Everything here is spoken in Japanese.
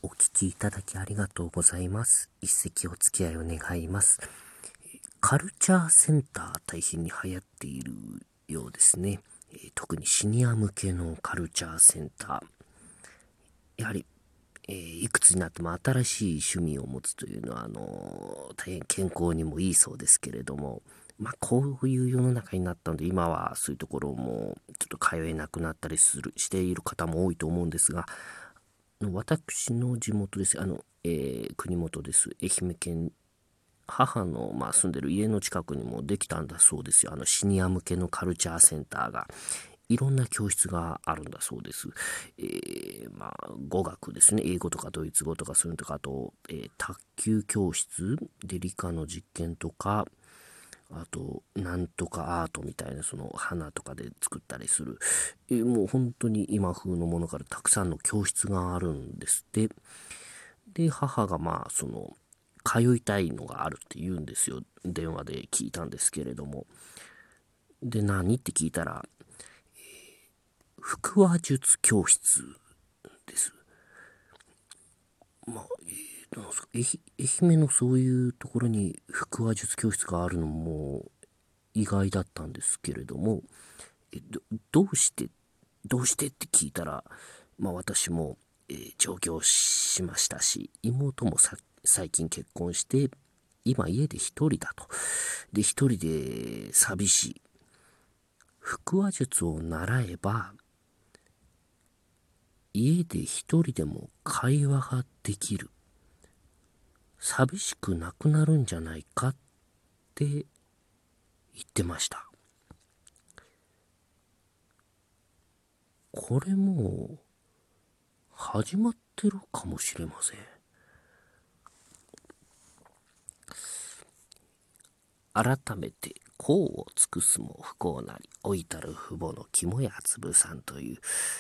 お聞きいただきありがとうございます。一席お付き合いを願います。カルチャーセンター大変に流行っているようですね。特にシニア向けのカルチャーセンター。やはり、いくつになっても新しい趣味を持つというのは、大変健康にもいいそうですけれども、こういう世の中になったので、今はそういうところもちょっと通えなくなったりしている方も多いと思うんですが、私の地元です。国本です。愛媛県、母の、住んでる家の近くにもできたんだそうですよ。シニア向けのカルチャーセンターが。いろんな教室があるんだそうです。語学ですね。英語とかドイツ語とかそういうのとか、あと、卓球教室で理科の実験とか、あと、なんとかアートみたいな、その花とかで作ったりする、もう本当に今風のものからたくさんの教室があるんですって。で、母が通いたいのがあるって言うんですよ。電話で聞いたんですけれども。で、何って聞いたら、腹話術教室です。なんですか、愛媛のそういうところに腹話術教室があるのも意外だったんですけれども、えどどうしてどうしてって聞いたら、私も、上京しましたし、妹も最近結婚して、今家で一人だと。で、一人で寂しい。腹話術を習えば、家で一人でも会話ができる。寂しくなくなるんじゃないかって言ってました。これもう始まってるかもしれません。改めて功を尽くすも不幸なり、老いたる父母の肝やつぶさんという、